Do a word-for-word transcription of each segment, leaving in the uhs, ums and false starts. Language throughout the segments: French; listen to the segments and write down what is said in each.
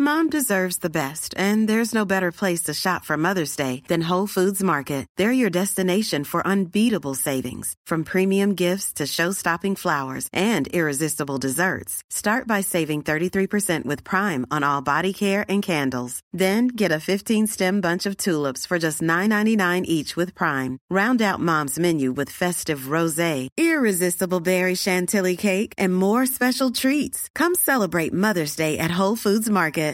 Mom deserves the best, and there's no better place to shop for Mother's Day than Whole Foods Market. They're your destination for unbeatable savings, from premium gifts to show-stopping flowers and irresistible desserts. Start by saving thirty-three percent with Prime on all body care and candles. Then get a fifteen-stem bunch of tulips for just nine ninety-nine each with Prime. Round out Mom's menu with festive rosé, irresistible berry chantilly cake, and more special treats. Come celebrate Mother's Day at Whole Foods Market.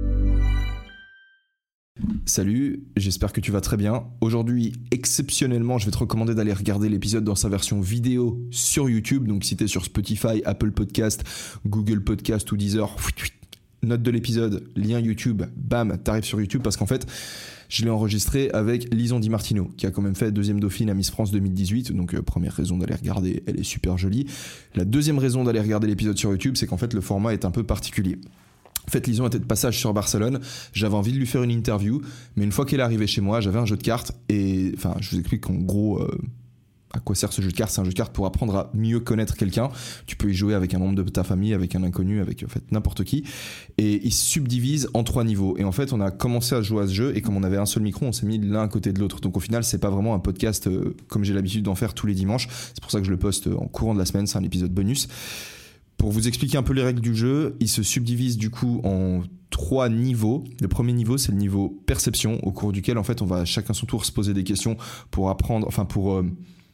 Salut, j'espère que tu vas très bien. Aujourd'hui, exceptionnellement, je vais te recommander d'aller regarder l'épisode dans sa version vidéo sur YouTube. Donc si t'es sur Spotify, Apple Podcast, Google Podcast ou Deezer, note de l'épisode, lien YouTube, bam, t'arrives sur YouTube parce qu'en fait, je l'ai enregistré avec Lison Di Martino, qui a quand même fait deuxième dauphine à Miss France deux mille dix-huit. Donc euh, première raison d'aller regarder, elle est super jolie. La deuxième raison d'aller regarder l'épisode sur YouTube, c'est qu'en fait, le format est un peu particulier. En fait, Lison était de passage sur Barcelone, j'avais envie de lui faire une interview, mais une fois qu'elle est arrivée chez moi, j'avais un jeu de cartes, et enfin, je vous explique en gros euh, à quoi sert ce jeu de cartes. C'est un jeu de cartes pour apprendre à mieux connaître quelqu'un. Tu peux y jouer avec un membre de ta famille, avec un inconnu, avec en fait n'importe qui, et il se subdivise en trois niveaux. Et en fait, on a commencé à jouer à ce jeu, et comme on avait un seul micro, on s'est mis l'un à côté de l'autre. Donc au final, c'est pas vraiment un podcast euh, comme j'ai l'habitude d'en faire tous les dimanches. C'est pour ça que je le poste en courant de la semaine, c'est un épisode bonus. Pour vous expliquer un peu les règles du jeu, il se subdivise du coup en trois niveaux. Le premier niveau, c'est le niveau perception, au cours duquel en fait on va chacun son tour se poser des questions pour apprendre, enfin pour euh,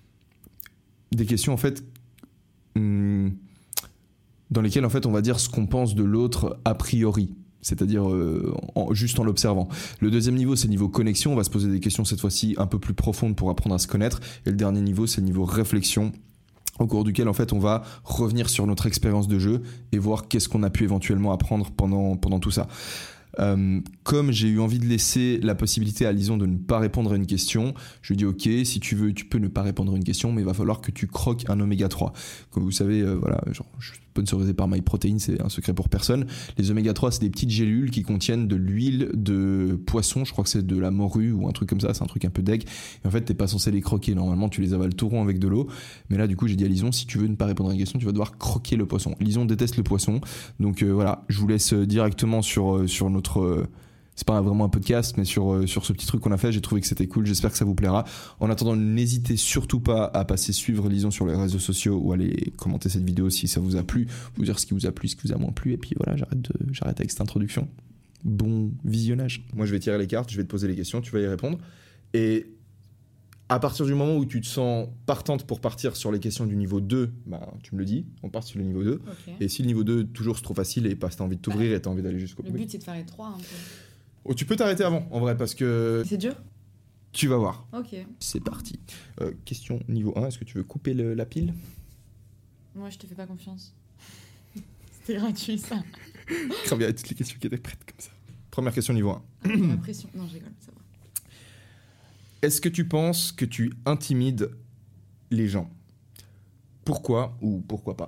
des questions en fait hum, dans lesquelles en fait on va dire ce qu'on pense de l'autre a priori. C'est-à-dire euh, en, juste en l'observant. Le deuxième niveau, c'est le niveau connexion. On va se poser des questions cette fois-ci un peu plus profondes pour apprendre à se connaître. Et le dernier niveau, c'est le niveau réflexion, au cours duquel en fait on va revenir sur notre expérience de jeu et voir qu'est-ce qu'on a pu éventuellement apprendre pendant, pendant tout ça. Euh, comme j'ai eu envie de laisser la possibilité à Lison de ne pas répondre à une question, je lui dis ok, si tu veux tu peux ne pas répondre à une question, mais il va falloir que tu croques un oméga trois. Comme vous savez, euh, voilà, genre, je suis sponsorisé par MyProtein, c'est un secret pour personne. Les oméga trois, c'est des petites gélules qui contiennent de l'huile de poisson, je crois que c'est de la morue ou un truc comme ça, c'est un truc un peu deg. Et en fait, t'es pas censé les croquer, normalement tu les avales tout rond avec de l'eau. Mais là, du coup, j'ai dit à Lison, si tu veux ne pas répondre à une question, tu vas devoir croquer le poisson. Lison déteste le poisson, donc euh, voilà, je vous laisse directement sur, euh, sur notre... Euh, c'est pas vraiment un podcast, mais sur, euh, sur ce petit truc qu'on a fait, j'ai trouvé que c'était cool, j'espère que ça vous plaira. En attendant, n'hésitez surtout pas à passer suivre Lison sur les réseaux sociaux ou aller commenter cette vidéo si ça vous a plu, vous dire ce qui vous a plu, ce qui vous a moins plu, et puis voilà, j'arrête, de, j'arrête avec cette introduction. Bon visionnage. Moi je vais tirer les cartes, je vais te poser les questions, tu vas y répondre, et à partir du moment où tu te sens partante pour partir sur les questions du niveau deux, bah, tu me le dis, on part sur le niveau deux. Okay. Et si le niveau deux, toujours c'est trop facile et pas si t'as envie de t'ouvrir bah, et t'as envie d'aller jusqu'au bout. Le but, c'est de faire les trois un peu. Oh, tu peux t'arrêter avant, en vrai, parce que... C'est dur ? Tu vas voir. Ok. C'est parti. Euh, question niveau un, est-ce que tu veux couper le, la pile ? Moi, je te fais pas confiance. C'était gratuit, ça. Grave, il y a toutes les questions qui étaient prêtes comme ça. Première question niveau un. Ah, la pression. Non, je rigole, ça va. Est-ce que tu penses que tu intimides les gens ? Pourquoi ou pourquoi pas ?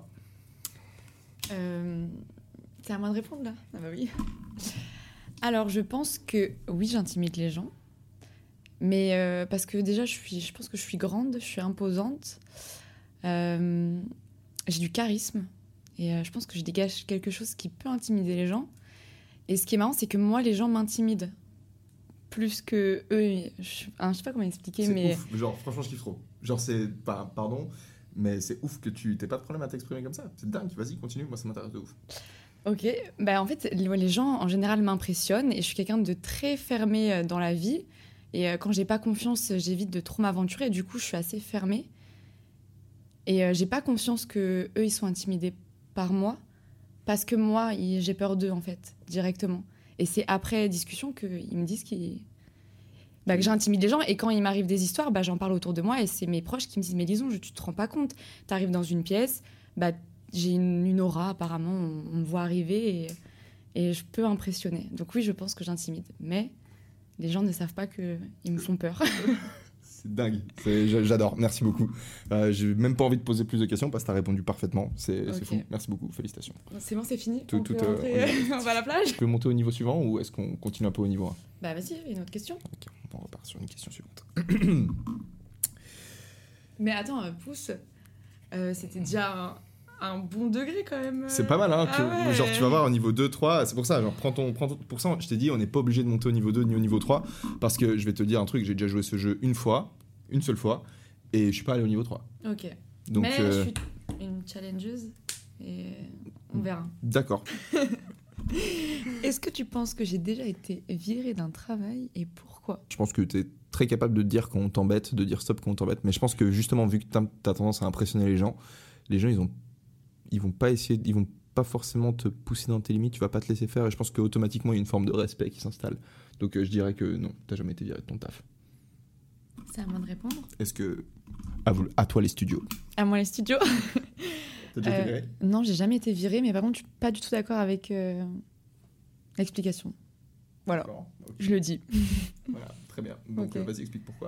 euh, C'est à moi de répondre, là ? Ah bah oui. Alors, je pense que oui, j'intimide les gens. Mais euh, parce que déjà, je, suis, je pense que je suis grande, je suis imposante. Euh, j'ai du charisme. Et euh, je pense que je dégage quelque chose qui peut intimider les gens. Et ce qui est marrant, c'est que moi, les gens m'intimident. Plus que eux. Je, hein, je sais pas comment expliquer, c'est mais... Ouf. Genre, franchement, je kiffe trop. Genre, c'est... Pas, pardon, mais c'est ouf que tu t'aies pas de problème à t'exprimer comme ça. C'est dingue, vas-y, continue, moi ça m'intéresse de ouf. Ok, bah en fait, les gens en général m'impressionnent et je suis quelqu'un de très fermé dans la vie. Et quand j'ai pas confiance, j'évite de trop m'aventurer. Et du coup, je suis assez fermée. Et j'ai pas conscience que eux ils sont intimidés par moi. Parce que moi, j'ai peur d'eux, en fait, directement. Et c'est après discussion qu'ils me disent qu'ils... bah, que j'intimide les gens. Et quand il m'arrive des histoires, bah, j'en parle autour de moi. Et c'est mes proches qui me disent « Mais Lison, tu te rends pas compte. T'arrives dans une pièce, bah, j'ai une, une aura, apparemment. On, on me voit arriver et, et je peux impressionner. » Donc oui, je pense que j'intimide. Mais les gens ne savent pas qu'ils me font peur. C'est dingue, c'est, j'adore, merci beaucoup. Euh, j'ai même pas envie de poser plus de questions parce que t'as répondu parfeitement, c'est, okay. C'est fou, merci beaucoup, félicitations. C'est bon, c'est fini, tout, on, tout, peut euh, rentrer, on, on va à la plage. Tu peux monter au niveau suivant ou est-ce qu'on continue un peu au niveau un ? Bah vas-y, une autre question. Ok, on repart sur une question suivante. Mais attends, euh, pouce, euh, c'était déjà un, un bon degré quand même. C'est pas mal, hein. Ah que, ouais. Genre, tu vas voir au niveau deux, trois, c'est pour ça. Genre, prends ton, prends ton, pour ça, je t'ai dit, on n'est pas obligé de monter au niveau deux ni au niveau trois. Parce que je vais te dire un truc, j'ai déjà joué ce jeu une fois, une seule fois, et je suis pas allé au niveau trois. Ok. Donc, Mais euh, je suis une challengeuse et on verra. D'accord. Est-ce que tu penses que j'ai déjà été virée d'un travail et pourquoi ? Je pense que tu es très capable de dire qu'on t'embête, de dire stop quand on t'embête. Mais je pense que justement, vu que tu as tendance à impressionner les gens, les gens, ils ont, ils vont pas essayer, ils vont pas forcément te pousser dans tes limites, tu vas pas te laisser faire. Et je pense qu'automatiquement, il y a une forme de respect qui s'installe. Donc euh, je dirais que non, t'as jamais été viré de ton taf. C'est à moi de répondre. Est-ce que... À, vous, à toi les studios. À moi les studios. T'as déjà Euh, été viré ? Non, j'ai jamais été virée, mais par contre, je suis pas du tout d'accord avec euh, l'explication. Voilà, D'accord. Ok. je le dis. Voilà, très bien. Donc Ok. euh, vas-y, explique pourquoi.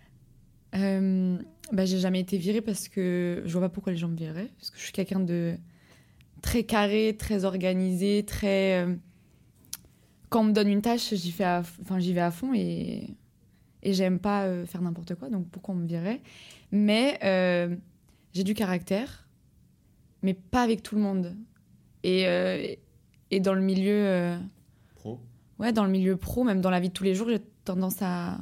Euh, bah, j'ai jamais été virée parce que je vois pas pourquoi les gens me vireraient. Parce que je suis quelqu'un de très carré, très organisé, très. euh, Quand on me donne une tâche, j'y fais à... enfin, j'y vais à fond et, et j'aime pas euh, faire n'importe quoi. Donc pourquoi on me virerait ? Mais euh, j'ai du caractère, mais pas avec tout le monde. Et, euh, et dans le milieu. euh, Pro. Ouais, dans le milieu pro, même dans la vie de tous les jours, j'ai tendance à,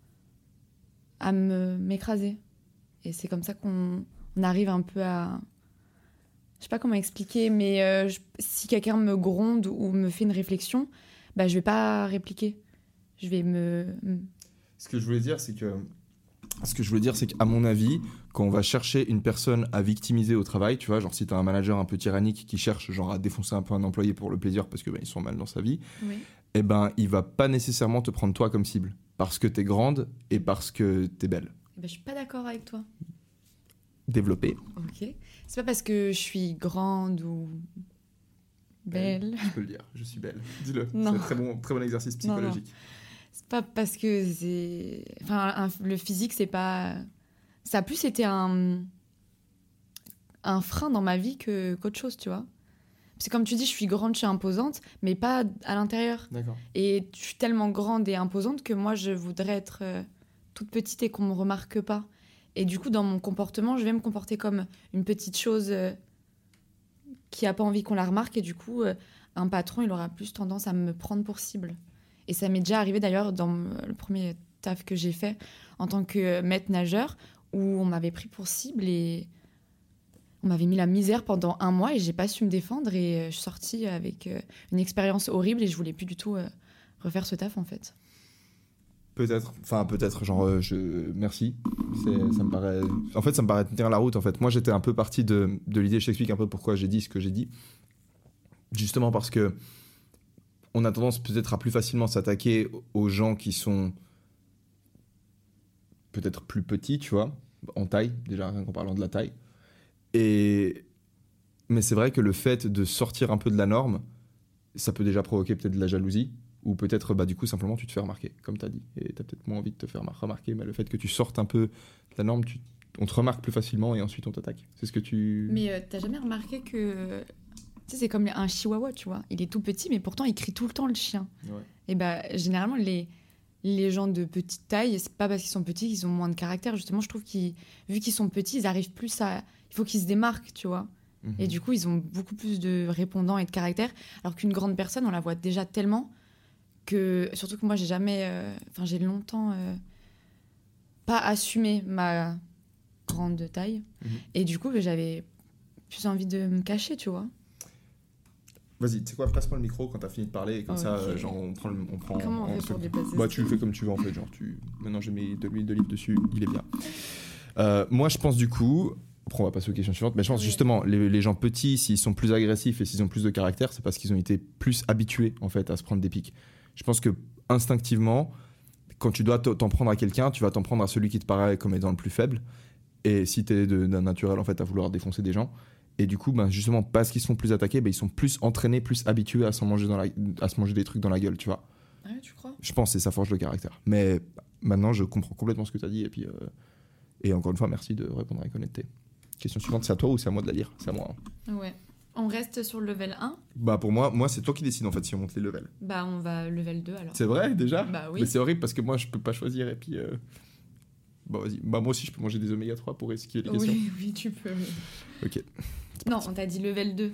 à me, m'écraser. Et c'est comme ça qu'on on arrive un peu à... Je sais pas comment expliquer, mais euh, je- si quelqu'un me gronde ou me fait une réflexion, bah, je vais pas répliquer. Je vais me... Ce que je voulais dire, c'est que... Ce que je voulais dire, c'est qu'à mon avis, quand on va chercher une personne à victimiser au travail, tu vois, genre si t'as un manager un peu tyrannique qui cherche genre à défoncer un peu un employé pour le plaisir parce que ben, ils sont mal dans sa vie, Oui. eh ben il va pas nécessairement te prendre toi comme cible parce que t'es grande et parce que t'es belle. Bah, je suis pas d'accord avec toi. Développée. Ok. C'est pas parce que je suis grande ou belle. Je peux le dire, je suis belle. Dis-le. Non. C'est un très bon, très bon exercice Non, non. psychologique. C'est pas parce que c'est... Enfin, un- le physique, c'est pas... Ça a plus été un... un frein dans ma vie que, qu'autre chose, tu vois. Parce que comme tu dis, je suis grande, je suis imposante, mais pas à l'intérieur. D'accord. Et je suis tellement grande et imposante que moi, je voudrais être euh, toute petite et qu'on me remarque pas. Et du coup, dans mon comportement, je vais me comporter comme une petite chose euh, qui a pas envie qu'on la remarque. Et du coup, euh, un patron, il aura plus tendance à me prendre pour cible. Et ça m'est déjà arrivé d'ailleurs dans le premier taf que j'ai fait en tant que maître nageur, où on m'avait pris pour cible et on m'avait mis la misère pendant un mois et j'ai pas su me défendre. Et euh, je suis sortie avec euh, une expérience horrible et je voulais plus du tout euh, refaire ce taf en fait. Peut-être, enfin peut-être, genre euh, je merci. C'est, ça me paraît, en fait ça me paraît tenir la route en fait. Moi j'étais un peu parti de, de l'idée, je t'explique un peu pourquoi j'ai dit ce que j'ai dit. Justement parce que on a tendance peut-être à plus facilement s'attaquer aux gens qui sont peut-être plus petits, tu vois, en taille, déjà rien qu'en parlant de la taille. Et mais c'est vrai que le fait de sortir un peu de la norme, ça peut déjà provoquer peut-être de la jalousie. Ou peut-être, bah, du coup, simplement, tu te fais remarquer, comme tu as dit. Et tu as peut-être moins envie de te faire remarquer, mais le fait que tu sortes un peu de la norme, tu... on te remarque plus facilement et ensuite on t'attaque. C'est ce que tu... Mais euh, t'as jamais remarqué que... Tu sais, c'est comme un chihuahua, tu vois. Il est tout petit, mais pourtant, il crie tout le temps, le chien. Ouais. Et bah, généralement, les, les gens de petite taille, c'est pas parce qu'ils sont petits qu'ils ont moins de caractère. Justement, je trouve qu'ils, vu qu'ils sont petits, ils arrivent plus à... Il faut qu'ils se démarquent, tu vois. Mhm. Et du coup, ils ont beaucoup plus de répondants et de caractère. Alors qu'une grande personne, on la voit déjà tellement... que surtout que moi j'ai jamais enfin euh, j'ai longtemps euh, pas assumé ma grande taille Mhm. et du coup j'avais plus envie de me cacher, tu vois. Vas-y, tu sais quoi, passe-moi le micro quand t'as fini de parler et comme Ok. ça, euh, genre, on prend... Le, on prend Comment on on fait se- pour déplacer Bah, ce tu le truc fais comme tu veux en fait, genre, tu... Maintenant j'ai mis de l'huile d'olive dessus, il est bien. Euh, moi je pense du coup... Après, on va passer aux questions suivantes, mais je pense Oui. justement, les, les gens petits, s'ils sont plus agressifs et s'ils ont plus de caractère, c'est parce qu'ils ont été plus habitués en fait à se prendre des pics. Je pense que instinctivement, quand tu dois t'en prendre à quelqu'un, tu vas t'en prendre à celui qui te paraît comme étant le plus faible. Et si tu es d'un naturel en fait à vouloir défoncer des gens, et du coup, ben, justement, parce qu'ils sont plus attaqués, ben, ils sont plus entraînés, plus habitués à, s'en manger dans la, à se manger des trucs dans la gueule, tu vois. Ouais, tu crois? Je pense que ça forge le caractère. Mais maintenant, je comprends complètement ce que tu as dit. Et puis, euh, et encore une fois, merci de répondre avec honnêteté. Question suivante, c'est à toi ou c'est à moi de la lire? C'est à moi. hein. Ouais. On reste sur le level un. Bah pour moi, moi c'est toi qui décides en fait si on monte les levels. Bah on va level deux alors. C'est vrai déjà? Bah oui. Mais c'est horrible parce que moi je peux pas choisir et puis... Euh... Bah vas-y, bah moi aussi je peux manger des oméga trois pour esquiver les questions. Oui, oui, tu peux. Oui. Ok, c'est Non, on t'a dit level deux.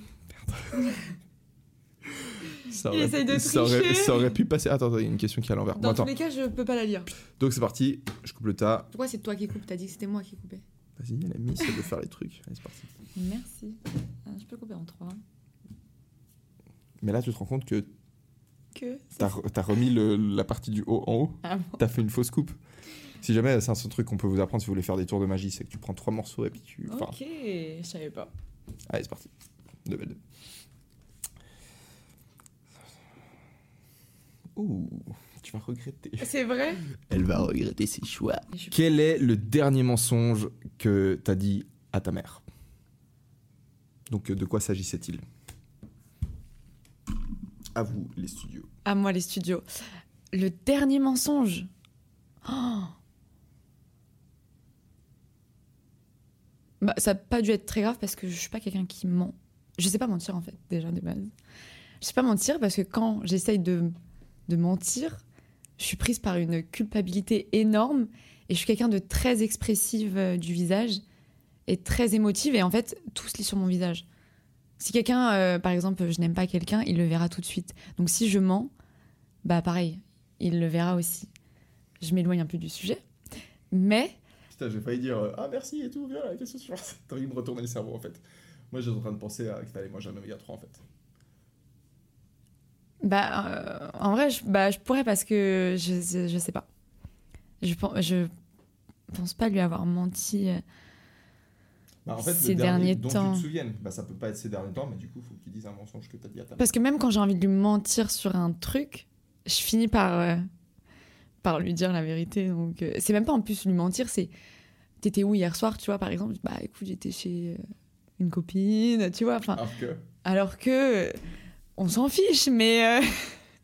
Ça Il aurait, essaye de ça aurait, tricher. ça aurait pu passer. Attends, attends, il y a une question qui est à l'envers. Dans Bon, attends. tous les cas, je peux pas la lire. Donc c'est parti, je coupe le tas. Pourquoi c'est toi qui coupes? T'as dit que c'était moi qui coupais. Vas-y, elle a mis, c'est de faire les trucs. Allez, c'est parti. Merci. Ah, je peux couper en trois. Mais là, tu te rends compte que Que t'as, re- t'as remis le- la partie du haut en haut. Ah bon. T'as fait une fausse coupe. Si jamais, c'est un seul truc qu'on peut vous apprendre si vous voulez faire des tours de magie, c'est que tu prends trois morceaux et puis tu... Enfin, Ok, je savais pas. allez, c'est parti. Level deux. Ouh, tu vas regretter. C'est vrai? Elle va regretter ses choix. Je suis- Quel est le dernier mensonge que t'as dit à ta mère? Donc, de quoi s'agissait-il? À vous, les studios. À moi, les studios. Le dernier mensonge. Oh. Bah, ça n'a pas dû être très grave parce que je suis pas quelqu'un qui ment. Je sais pas mentir en fait, déjà de base. Je sais pas mentir parce que quand j'essaye de, de mentir, je suis prise par une culpabilité énorme et je suis quelqu'un de très expressive euh, du visage et très émotive et en fait, tout se lit sur mon visage. Si quelqu'un, euh, par exemple, je n'aime pas quelqu'un, il le verra tout de suite. Donc si je mens, bah pareil, il le verra aussi. Je m'éloigne un peu du sujet, mais Putain, j'ai failli dire euh, ah merci et tout, viens la question suivante. T'as envie de me retourner le cerveau en fait. Moi j'étais en train de penser à que t'allais manger un oméga trois en fait. bah euh, en vrai, je, bah, je pourrais parce que je, je, je sais pas. Je, pen- je pense pas lui avoir menti. euh, Bah, en fait, Ces le dernier derniers dont temps. tu te souviennes, bah, ça peut pas être ces derniers temps, mais du coup, faut que tu dises un mensonge que t'as dit à ta mère. Parce que même quand j'ai envie de lui mentir sur un truc, je finis par, euh, par lui dire la vérité. Donc, euh, c'est même pas en plus lui mentir, c'est t'étais où hier soir, tu vois, par exemple. Bah écoute, j'étais chez euh, une copine, tu vois. Enfin, Alors que. alors que euh, on s'en fiche, mais. euh,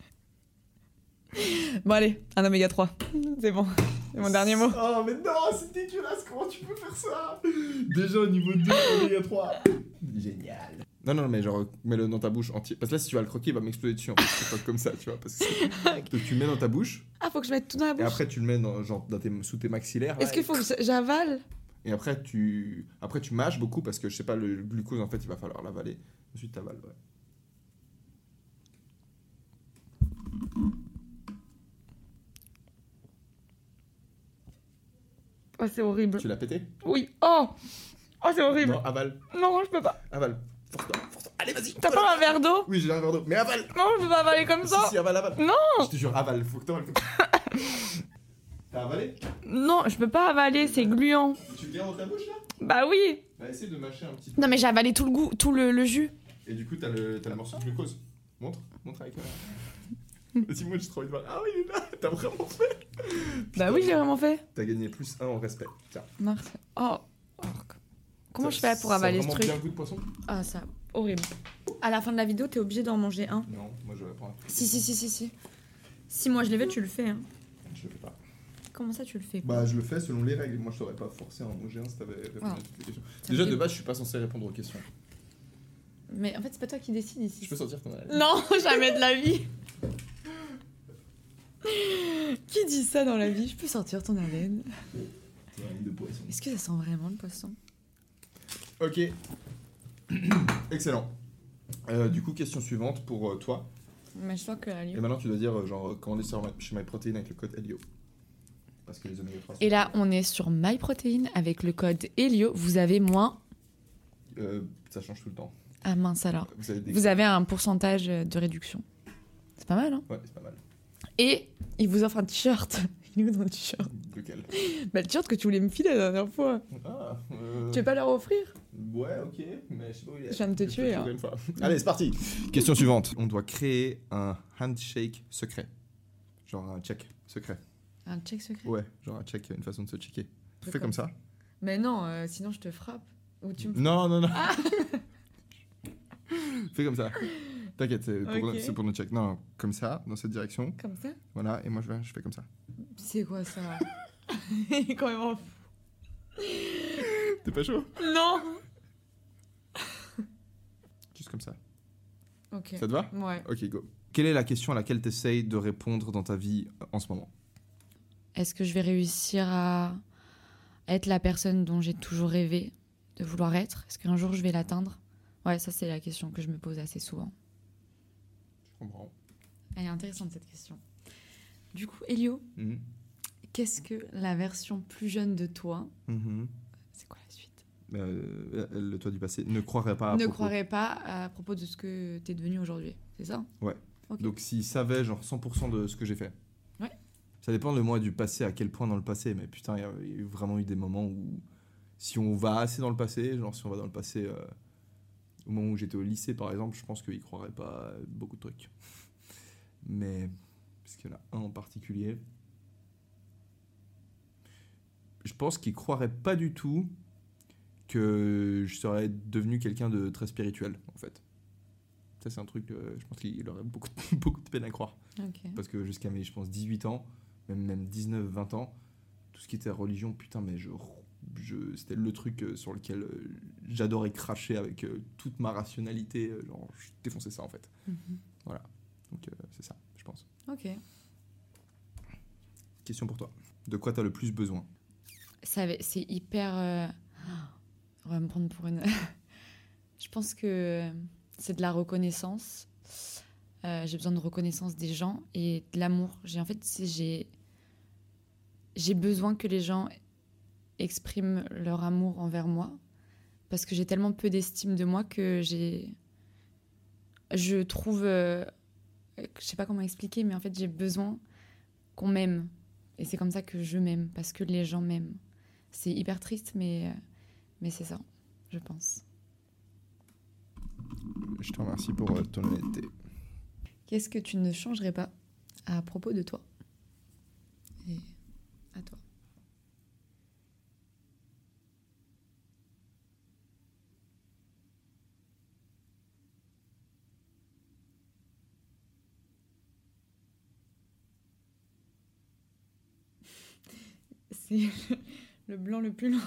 bon, allez, un oméga trois. C'est bon. C'est mon dernier mot. Oh, mais non, c'est dégueulasse, comment tu peux faire ça? Déjà au niveau deux, oméga trois. Génial. Non, non, mais genre, mets-le dans ta bouche entier. Parce que là, si tu vas le croquer, il va m'exploser dessus. En fait. C'est pas comme ça, tu vois. Parce que c'est- Donc tu le mets dans ta bouche, Ah, faut que je mette tout dans la et bouche. après tu le mets dans, genre, dans tes, sous tes maxillaires. là, Est-ce qu'il et- faut que j'avale? Et après tu... après, tu mâches beaucoup parce que je sais pas, le glucose, en fait, il va falloir l'avaler. Ensuite, t'avales, ouais. Oh, c'est horrible. Tu l'as pété? Oui. Oh Oh, c'est horrible. Non, avale. Non, je peux pas. Avale. Force-toi, force-toi. Allez, vas-y. T'as pas un verre d'eau? Oui, j'ai un verre d'eau. Mais avale. Non, je peux pas avaler comme Si, ça. si, avale, avale. Non. Je te jure, avale. Faut que t'avales comme ça. T'as avalé? Non, je peux pas avaler, c'est gluant. Tu le gardes dans ta bouche, là? Bah oui. Bah, essaie de mâcher un petit peu. Non, mais j'ai avalé tout le goût, tout le, le jus. Et du coup, t'as le, t'as le morceau de glucose. Montre. Montre avec la... Vas-y, moi, j'ai trop envie de voir. Ah oui, il est là. T'as vraiment fait. Bah oui, je l'ai vraiment fait. T'as gagné plus un en respect. Tiens. Merci. Oh. Oh. Comment Ça- je fais pour avaler ce Ça a truc? vraiment bien le goût de poisson? Ah, ça, horrible. À la fin de la vidéo, t'es obligé d'en manger un. Non, moi, je vais prendre un truc. Si, si, si, si, si. Si moi je l'ai fait, tu le fais. Hein. Je le fais pas. Comment ça, tu le fais? Bah, je le fais selon les règles. Moi, je t'aurais pas forcé à en manger un si t'avais répondu Ah. à toutes les questions. Ça Déjà, me de fait- base, je suis pas censé répondre aux questions. Mais en fait, c'est pas toi qui décide ici. Je peux sortir ton haleine? Non, jamais de la vie. Qui dit ça dans la vie? Je peux sortir ton haleine. C'est un lit de poisson. Est-ce que ça sent vraiment le poisson? Ok. Excellent. Euh, du coup, question suivante pour euh, toi. Mais je sens que la Et lieu. maintenant, tu dois dire, euh, genre, commander sur my- chez MyProtein avec le code Helio. Parce que les oméga trois. Et là, on est sur MyProtein avec le code Helio. Vous avez moins. Euh, ça change tout le temps. Ah mince alors. Vous avez des. Vous avez un pourcentage de réduction. C'est pas mal, hein? Ouais, c'est pas mal. Et il vous offre un t-shirt. Il est où ton t-shirt? Lequel? Bah, le t-shirt que tu voulais me filer la dernière fois. Ah. Euh... Tu veux pas leur offrir? Ouais, ok, mais je sais pas où il est. Je viens de te Je tuer, le hein. trouverai une fois. Allez, c'est parti. Question suivante. On doit créer un handshake secret. Genre un check secret. Un check secret? Ouais, genre un check, une façon de se checker. Tu Fais fais comme comme ça? Mais non, euh, sinon je te frappe. Ou tu me... Non, non, non. Fais comme ça. T'inquiète, c'est pour, Ok. c'est pour nos checks. Non, non, comme ça, dans cette direction. Comme ça? Voilà, et moi je, vais- je fais comme ça. C'est quoi ça? Il est quand même en fou. T'es pas chaud? Non! Juste comme ça. Ok. Ça te va? Ouais. Ok, go. Quelle est la question à laquelle tu essayes de répondre dans ta vie euh, en ce moment? Est-ce que je vais réussir à être la personne dont j'ai toujours rêvé de vouloir être? Est-ce qu'un jour je vais l'atteindre? Ouais, ça, c'est la question que je me pose assez souvent. Je comprends. Elle est intéressante, cette question. Du coup, Elio, Mmh. qu'est-ce que la version plus jeune de toi... Mmh. C'est quoi la suite ? Euh, le toi du passé ne croirait pas à Ne propos. croirait pas à propos de ce que t'es devenu aujourd'hui, c'est ça ? Ouais. Ok. Donc s'il savait genre cent pour cent de ce que j'ai fait. Ouais. Ça dépend de moi du passé, à quel point dans le passé. Mais putain, il y a il y a vraiment eu des moments où si on va assez dans le passé, genre si on va dans le passé, euh, au moment où j'étais au lycée par exemple, je pense qu'il croirait pas à beaucoup de trucs. Mais parce qu'il y en a un en particulier, je pense qu'il croirait pas du tout que je serais devenu quelqu'un de très spirituel en fait. Ça c'est un truc, euh, je pense qu'il aurait beaucoup, beaucoup de peine à croire. Ok. Parce que jusqu'à mes, je pense, dix-huit ans, même, même dix-neuf vingt ans, tout ce qui était religion, putain, mais je, je, c'était le truc euh, sur lequel euh, j'adorais cracher avec euh, toute ma rationalité. euh, genre, je défonçais ça, en fait. Mhm. Voilà. Donc, euh, c'est ça, je pense. Ok. Question pour toi. De quoi t'as le plus besoin ? Ça va- c'est hyper... euh, On va me prendre pour une... Je pense que c'est de la reconnaissance. Euh, j'ai besoin de reconnaissance des gens et de l'amour. J'ai, en fait, si j'ai... j'ai besoin que les gens expriment leur amour envers moi parce que j'ai tellement peu d'estime de moi que j'ai... Je trouve... euh, Je sais pas comment expliquer, mais en fait, j'ai besoin qu'on m'aime. Et c'est comme ça que je m'aime, parce que les gens m'aiment. C'est hyper triste, mais, mais c'est ça, je pense. Je te remercie pour euh, ton honnêteté. Qu'est-ce que tu ne changerais pas à propos de toi ? Et à toi. C'est le blanc le plus long.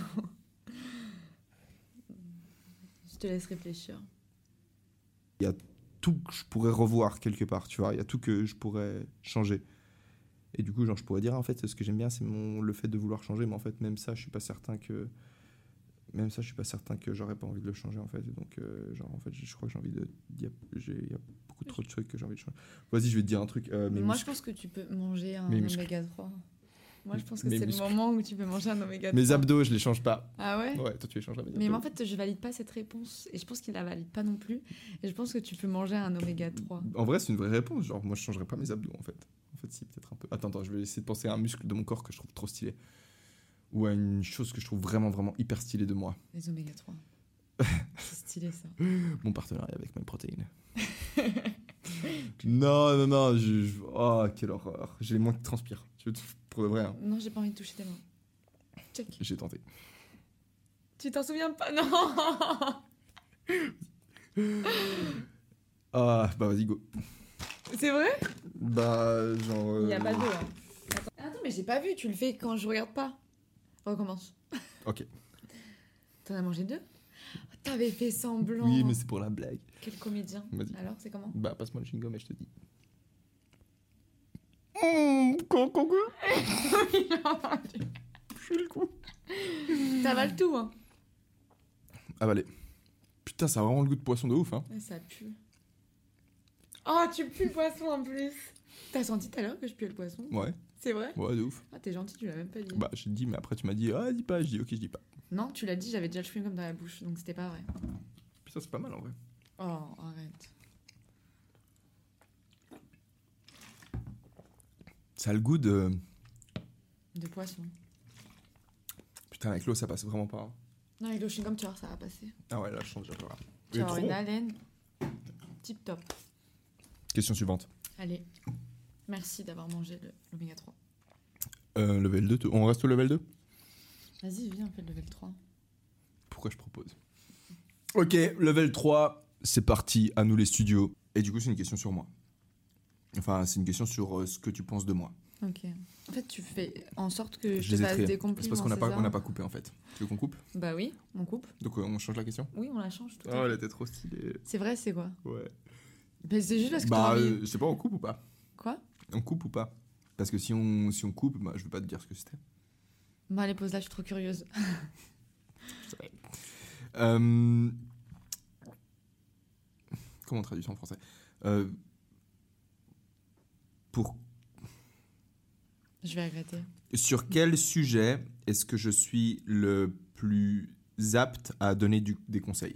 Je te laisse réfléchir. Il y a tout que je pourrais revoir quelque part, tu vois. Il y a tout que je pourrais changer. Et du coup, genre, je pourrais dire, en fait, ce que j'aime bien, c'est mon, le fait de vouloir changer. Mais en fait, même ça, je suis pas certain que... Même ça, je suis pas certain que j'aurais pas envie de le changer, en fait. Et donc, euh, genre, en fait, je crois que j'ai envie de... Il y a, j'ai, il y a beaucoup trop de trucs que j'ai envie de changer. Vas-y, je vais te dire un truc. Euh, mes Moi, muscles. je pense que tu peux manger un Mes muscles. oméga trois. Moi, je pense que Mes c'est muscles. le moment où tu peux manger un oméga trois. Mes abdos, je les change pas. Ah ouais ? Ouais, toi, tu les changerais, mes Mais abdos. en fait, je valide pas cette réponse. Et je pense qu'il la valide pas non plus. Et je pense que tu peux manger un oméga trois. En vrai, c'est une vraie réponse. Genre, moi, je changerais pas mes abdos, en fait. En fait, si, peut-être un peu. Attends, attends, je vais essayer de penser à un muscle de mon corps que je trouve trop stylé. Ou à une chose que je trouve vraiment, vraiment hyper stylée de moi. Les oméga trois. C'est stylé, ça. Mon partenariat avec MyProtein. non, non, non. Je, je- Oh, quelle horreur. J'ai les mains qui transpirent. Tu veux, pour de vrai, hein. Non, j'ai pas envie de toucher tes mains. Check. J'ai tenté. Tu t'en souviens pas ? Non. Ah, bah vas-y, go. C'est vrai ? Bah, genre. Il y a euh, pas d'eau, hein. Attends. Attends, mais j'ai pas vu. Tu le fais quand je regarde pas. Recommence. Ok. T'en as mangé deux ? Oh, t'avais fait semblant. Oui, mais c'est pour la blague. Quel comédien. Vas-y. Alors, c'est comment ? Bah, passe-moi le chewing-gum et je te dis. Mmh, quoi, quoi, quoi Je fais le coup. T'avales tout, hein. Avalé. Putain, ça a vraiment le goût de poisson de ouf, hein. Ouais, ça pue. Oh, tu pues le poisson en plus. T'as senti tout à l'heure que je puais le poisson ? Ouais, C'est vrai ? ouais, de ouf. Ah, t'es gentil, tu l'as même pas dit. Bah, j'ai dit, mais après, tu m'as dit, ah, dis pas. Je dis, ok, je dis pas. Non, tu l'as dit, j'avais déjà le chewing-gum dans la bouche, donc c'était pas vrai. Putain, c'est pas mal en vrai. Oh, arrête. Ça a le goût de. De poisson. Putain, avec l'eau, ça passe vraiment pas. hein. Non, avec le chewing-gum, tu vois, ça va passer. Ah ouais, là, je sens déjà pas. Tu vas avoir une haleine tip top. Question suivante. Allez, merci d'avoir mangé le- l'oméga trois. Euh, level deux. On reste au level deux ? Vas-y, viens, on fait le level trois. Pourquoi je propose ? Ok, level trois, c'est parti, à nous les studios. Et du coup, c'est une question sur moi. Enfin, c'est une question sur euh, ce que tu penses de moi. Ok. En fait, tu fais en sorte que je, Je te les ai fasse triés. des C'est compliments. parce qu'on n'a c'est pas, ça on n'a pas coupé en fait. Tu veux qu'on coupe ? Bah oui, on coupe. Donc euh, on change la question ? Oui, on la change tout à Oh, fait. elle était trop stylée. C'est vrai, c'est quoi ? Ouais. Mais c'est juste parce que Bah, t'as envie... euh, je sais pas, on coupe ou pas ? Quoi ? On coupe ou pas ? Parce que si on, si on coupe, bah, je vais pas te dire ce que c'était. Bah allez, pose là, je suis trop curieuse. Euh, comment on traduit ça en français euh, Pour... Je vais regretter. Sur quel sujet est-ce que je suis le plus apte à donner du, des conseils?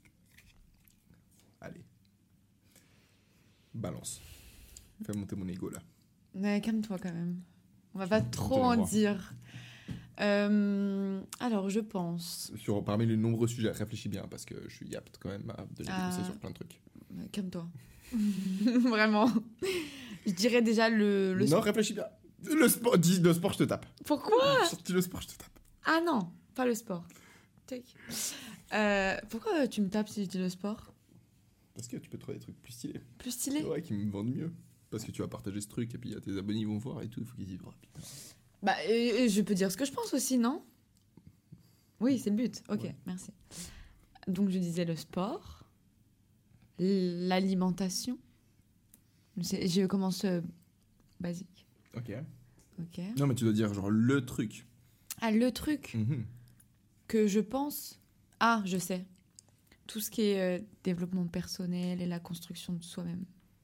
Allez. Balance. Fais monter mon ego, là. Mais calme-toi quand même. On va pas Je trop vais en voir. dire. Euh, alors, je pense... Sur, parmi les nombreux sujets, réfléchis bien, parce que je suis apte quand même à donner Ah. des conseils sur plein de trucs. Euh, Calme-toi. Vraiment. Je dirais déjà le... le non, sport. réfléchis bien. Le sport, dis le sport, je te tape. Pourquoi? Dis le sport, je te tape. Ah non, pas le sport. Tac. Euh, pourquoi tu me tapes si je dis le sport? Parce que tu peux trouver des trucs plus stylés. Plus stylé? Ouais, qui me vendent mieux. Parce que tu vas partager ce truc, et puis tes abonnés ils vont voir et tout, il faut qu'ils disent, oh putain. Bah, et, et je peux dire ce que je pense aussi, non? Oui, c'est le but. Ok, Ouais. merci. Donc, je disais le sport, l'alimentation. Je, je commence euh, basique. Ok. Ok. Non, mais tu dois dire genre le truc. Ah, le truc Mhm. que je pense... Ah, je sais. Tout ce qui est euh, développement personnel et la construction de soi-même.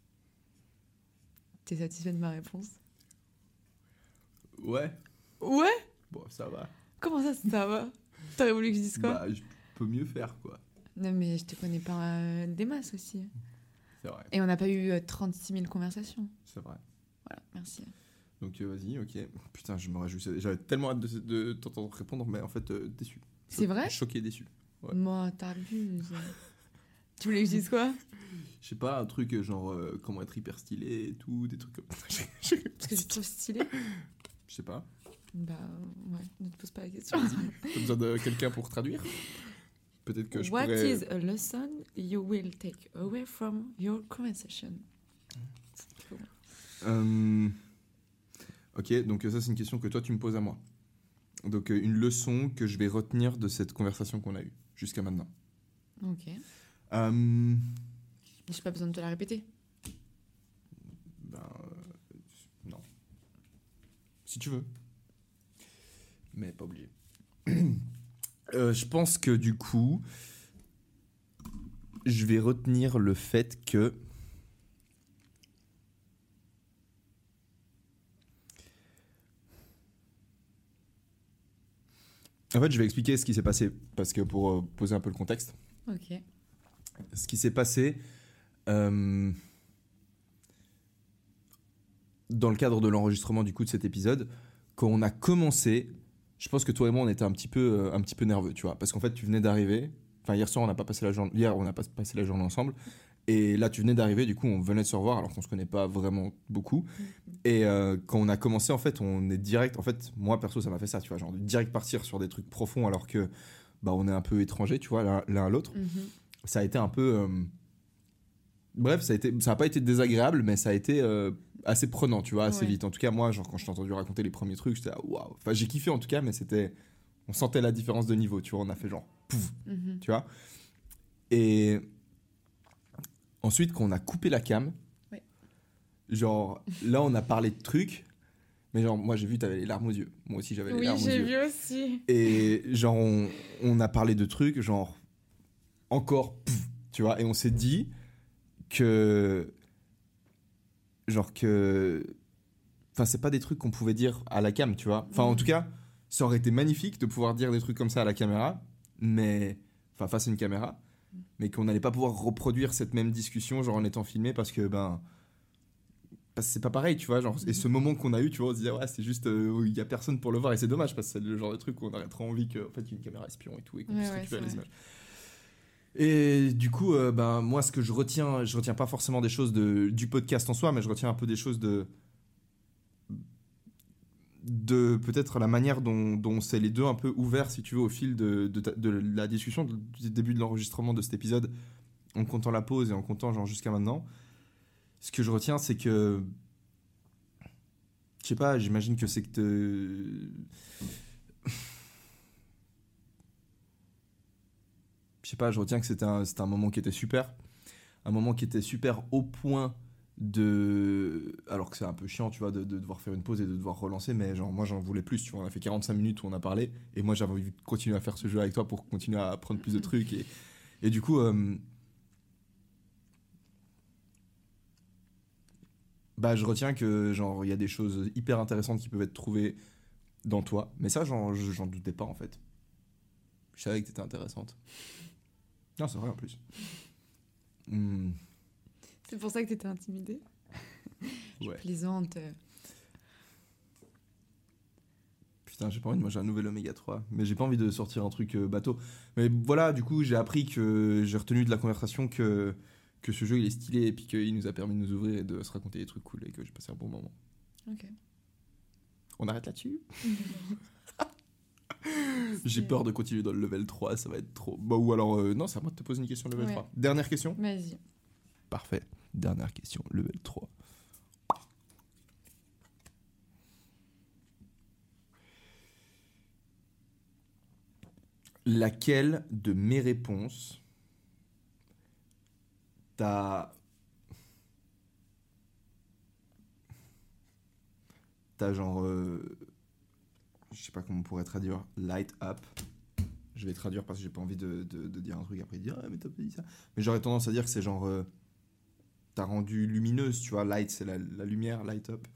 T'es satisfait de ma réponse? Ouais. Ouais? Bon, ça va. Comment ça, ça va? T'aurais voulu que je dise quoi? Bah, je peux mieux faire, quoi. Non, mais je te connais pas euh, des masses aussi. C'est vrai. Et on n'a pas eu euh, trente-six mille conversations. C'est vrai. Voilà, merci. Donc, euh, vas-y, ok. Putain, je me réjouissais. J'avais tellement hâte de, de t'entendre répondre, mais en fait, euh, déçu. Cho- C'est vrai? Choqué, déçu. Ouais. Moi, t'abuses. Tu voulais que je dise quoi? Je sais pas, un truc euh, genre euh, comment être hyper stylé et tout, des trucs comme ça. Parce que je te trouve stylé. Je sais pas. Bah, ouais, ne te pose pas la question. T'as besoin de quelqu'un pour traduire? Peut-être que je What pourrais... is a lesson you will take away from your conversation? Euh, Ok, donc ça c'est une question que toi tu me poses à moi. Donc euh, une leçon que je vais retenir de cette conversation qu'on a eue jusqu'à maintenant. Ok. Euh, J'ai pas besoin de te la répéter. ben, euh, non. Si tu veux. Mais pas obligé. Euh, je pense que du coup, je vais retenir le fait que en fait, je vais expliquer ce qui s'est passé parce que pour euh, poser un peu le contexte. Ok. Ce qui s'est passé euh, dans le cadre de l'enregistrement du coup de cet épisode, quand on a commencé, je pense que toi et moi on était un petit peu, euh, un petit peu nerveux, tu vois, parce qu'en fait tu venais d'arriver. Enfin hier soir on n'a pas passé la journée, hier on n'a pas passé la journée ensemble, et là tu venais d'arriver, du coup on venait de se revoir alors qu'on se connaît pas vraiment beaucoup. Et euh, quand on a commencé en fait on est direct, en fait moi perso ça m'a fait ça, tu vois, genre de direct partir sur des trucs profonds alors que bah on est un peu étrangers, tu vois, l'un, l'un à l'autre. Mhm. Ça a été un peu euh, bref ça a été ça a pas été désagréable mais ça a été euh, assez prenant, tu vois, assez Ouais. vite. En tout cas moi genre quand je t'ai entendu raconter les premiers trucs j'étais là waouh, enfin j'ai kiffé en tout cas, mais c'était, on sentait la différence de niveau, tu vois, on a fait genre pouf, Mhm. tu vois. Et ensuite quand on a coupé la cam, Ouais. genre là on a parlé de trucs, mais genre moi j'ai vu t'avais les larmes aux yeux, moi aussi j'avais les Oui, larmes aux j'ai yeux. vu aussi. Et genre, on, on a parlé de trucs, genre, encore, pff, tu vois, et on s'est dit que, genre que, enfin, c'est pas des trucs qu'on pouvait dire à la cam, tu vois. Enfin, en Mhm. tout cas, ça aurait été magnifique de pouvoir dire des trucs comme ça à la caméra, mais, enfin, face à une caméra, mais qu'on n'allait pas pouvoir reproduire cette même discussion, genre, en étant filmé, parce que, ben, parce que c'est pas pareil, tu vois, genre, et ce moment qu'on a eu, tu vois, on se disait, ouais, c'est juste, il euh, y a personne pour le voir, et c'est dommage, parce que c'est le genre de truc où on aurait trop envie qu'en fait, il y ait une caméra espion et tout, et qu'on Ouais, puisse ouais, récupérer c'est les vrai. images. Et du coup, euh, ben, moi, ce que je retiens, je retiens pas forcément des choses de, du podcast en soi, mais je retiens un peu des choses de, de peut-être la manière dont, dont c'est les deux un peu ouverts, si tu veux, au fil de, de, ta- de la discussion, du début de l'enregistrement de cet épisode, en comptant la pause et en comptant genre jusqu'à maintenant. Ce que je retiens, c'est que, je sais pas, j'imagine que c'est que te... Je sais pas, je retiens que c'était un, c'était un moment qui était super. Un moment qui était super au point de... Alors que c'est un peu chiant, tu vois, de, de devoir faire une pause et de devoir relancer, mais genre, moi, j'en voulais plus, tu vois. On a fait quarante-cinq minutes où on a parlé, et moi, j'avais envie de continuer à faire ce jeu avec toi pour continuer à apprendre plus de trucs. Et, et du coup, euh, Bah, je retiens que, genre, il y a des choses hyper intéressantes qui peuvent être trouvées dans toi. Mais ça, j'en, j'en doutais pas, en fait. Je savais que t'étais intéressante. Non, c'est vrai, en plus. Mmh. C'est pour ça que t'étais intimidée. Je Ouais. plaisante. Putain, j'ai pas envie de manger un nouvel oméga trois. Mais j'ai pas envie de sortir un truc euh, bateau. Mais voilà, du coup, j'ai appris que... J'ai retenu de la conversation que, que ce jeu, il est stylé. Et puis qu'il nous a permis de nous ouvrir et de se raconter des trucs cool. Et que j'ai passé un bon moment. Ok. On arrête là-dessus. J'ai peur de continuer dans le level trois. Ça va être trop... Bah, ou alors... Euh, non, c'est à moi de te poser une question level Ouais. trois. Dernière question. Vas-y. Parfait. Dernière question, level trois. Laquelle de mes réponses t'as... T'as genre... euh, Je sais pas comment on pourrait traduire. Light up. Je vais traduire parce que j'ai pas envie de, de, de dire un truc après dire ah mais t'as pas dit ça. Mais j'aurais tendance à dire que c'est genre... euh, T'as rendu lumineuse, tu vois. Light, c'est la, la lumière, light up.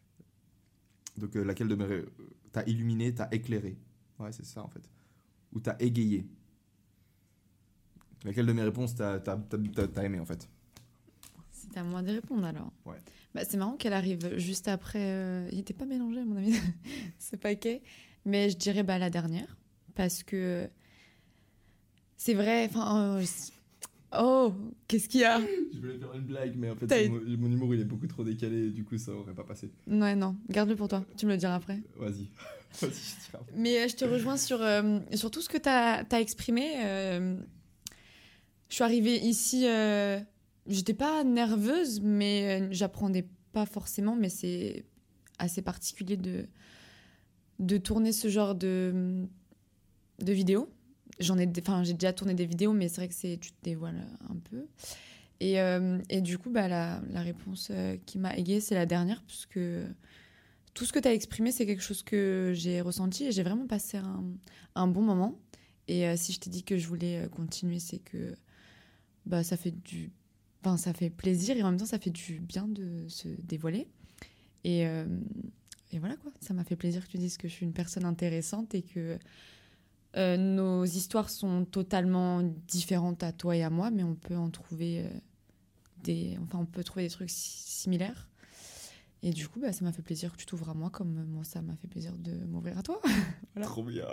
Donc, euh, laquelle de mes... ré- T'as illuminé, t'as éclairé. Ouais, c'est ça, en fait. Ou t'as égayé. Laquelle de mes réponses t'as, t'as, t'as, t'as, t'as aimé, en fait. C'est à moi de répondre alors. Ouais. Bah, c'est marrant qu'elle arrive juste après. euh, Il était pas mélangé, à mon avis. C'est pas ok. Mais je dirais bah, la dernière. Parce que c'est vrai. Enfin, euh, oh, qu'est-ce qu'il y a? Je voulais faire une blague, mais en fait, T'as- mon, mon humour, il est beaucoup trop décalé, et du coup, ça aurait pas passé. Ouais, non, garde-le pour toi. Tu me le diras après. Vas-y. Vas-y, je dirai après. Mais euh, je te rejoins sur, euh, sur tout ce que tu as exprimé. Euh, je suis arrivée ici, euh, j'étais pas nerveuse, mais euh, j'apprenais pas forcément, mais c'est assez particulier de, de tourner ce genre de, de vidéos. J'en ai, enfin, j'ai déjà tourné des vidéos, mais c'est vrai que c'est, tu te dévoiles un peu. Et, euh, et du coup, bah, la, la réponse euh, qui m'a égayée, c'est la dernière, puisque tout ce que tu as exprimé, c'est quelque chose que j'ai ressenti et j'ai vraiment passé un, un bon moment. Et euh, si je t'ai dit que je voulais continuer, c'est que bah, ça fait du... Enfin, ça fait plaisir et en même temps, ça fait du bien de se dévoiler. Et, euh, et voilà, quoi. Ça m'a fait plaisir que tu dises que je suis une personne intéressante et que euh, nos histoires sont totalement différentes à toi et à moi, mais on peut en trouver euh, des... Enfin, on peut trouver des trucs si- similaires. Et du coup, bah, ça m'a fait plaisir que tu t'ouvres à moi, comme moi, ça m'a fait plaisir de m'ouvrir à toi. Voilà. Trop bien.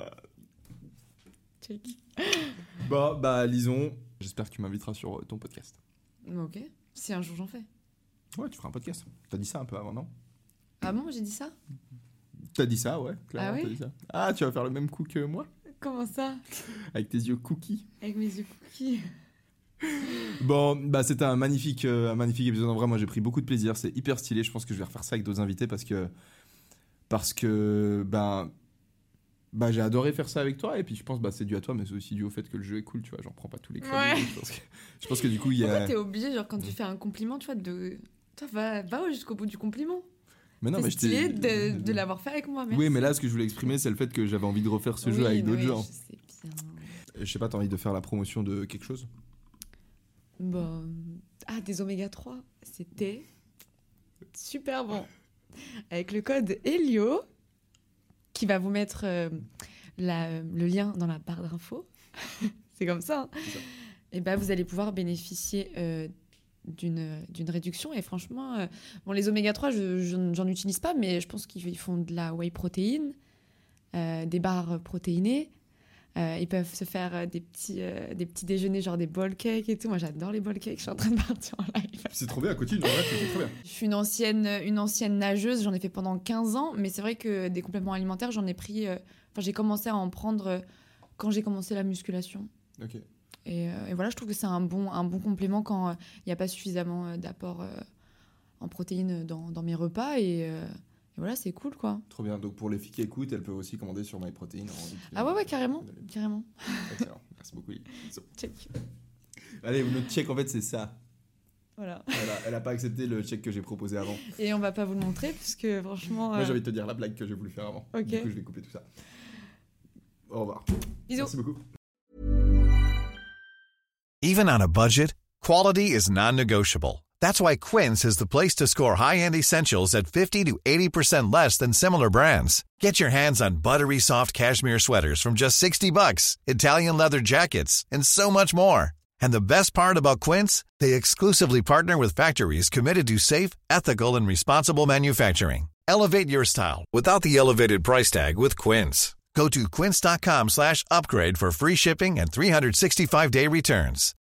Check. Bon, bah, Lison, j'espère que tu m'inviteras sur euh, ton podcast. Ok. Si un jour j'en fais. Ouais, tu feras un podcast. T'as dit ça un peu avant, non? Ah bon, j'ai dit ça? T'as dit ça, ouais. Clairement, Ah oui t'as dit ça. Ah, tu vas faire le même coup que moi? Comment ça? Avec tes yeux cookies. Avec mes yeux cookies. Bon, bah c'était un magnifique, euh, un magnifique épisode. En vrai, moi j'ai pris beaucoup de plaisir. C'est hyper stylé. Je pense que je vais refaire ça avec d'autres invités parce que, parce que, ben, bah j'ai adoré faire ça avec toi. Et puis je pense, bah c'est dû à toi, mais c'est aussi dû au fait que le jeu est cool. Tu vois, j'en prends pas tous les crédits. Ouais. Je pense que, je pense que du coup il y En fait, a. t'es obligé, genre, quand tu fais un compliment, tu vois, de. Toi, va, va jusqu'au bout du compliment. Mais non, c'est mais je t'ai- stylé de, de l'avoir fait avec moi. Merci. Oui, mais là, ce que je voulais exprimer, c'est le fait que j'avais envie de refaire ce jeu Oui, avec d'autres oui, gens. Je sais bien. Je sais pas, t'as envie de faire la promotion de quelque chose? Bon. Ah, des oméga trois. C'était super bon. Avec le code Helio, qui va vous mettre euh, la- le lien dans la barre d'infos. C'est comme ça. Hein. C'est ça. Et ben, vous allez pouvoir bénéficier euh, d'une d'une réduction. Et franchement, euh, bon, les oméga trois, je, je, j'en utilise pas, mais je pense qu'ils font de la whey protéine, euh, des barres protéinées. Euh, ils peuvent se faire euh, des, petits, euh, des petits déjeuners, genre des bowl cakes et tout. Moi, j'adore les bowl cakes. Je suis en train de partir en live. C'est trop bien, continue, en vrai, c'est trop bien. Je suis une ancienne, une ancienne nageuse. J'en ai fait pendant quinze ans. Mais c'est vrai que des compléments alimentaires, j'en ai pris... euh, Enfin, j'ai commencé à en prendre euh, quand j'ai commencé la musculation. Ok. Et, euh, et voilà, je trouve que c'est un bon, un bon complément quand il n'y a pas suffisamment euh, d'apport euh, en protéines dans, dans mes repas. Et, euh, et voilà, c'est cool, quoi. Trop bien. Donc pour les filles qui écoutent, elles peuvent aussi commander sur MyProtein. Ah ouais, ouais, carrément. Carrément. Excellent. Merci beaucoup. Lison. Check. Allez, notre check, en fait, c'est ça. Voilà. Voilà, elle a pas accepté le check que j'ai proposé avant. Et on va pas vous le montrer, parce que franchement... Moi, euh, j'ai envie de te dire la blague que j'ai voulu faire avant. Ok. Du coup, je vais couper tout ça. Au revoir. Bisous. Merci beaucoup. Even on a budget, quality is non-negotiable. That's why Quince is the place to score high-end essentials at fifty to eighty percent less than similar brands. Get your hands on buttery soft cashmere sweaters from just sixty bucks, Italian leather jackets, and so much more. And the best part about Quince, they exclusively partner with factories committed to safe, ethical, and responsible manufacturing. Elevate your style without the elevated price tag with Quince. Go to quince.com slash upgrade for free shipping and three sixty-five day returns.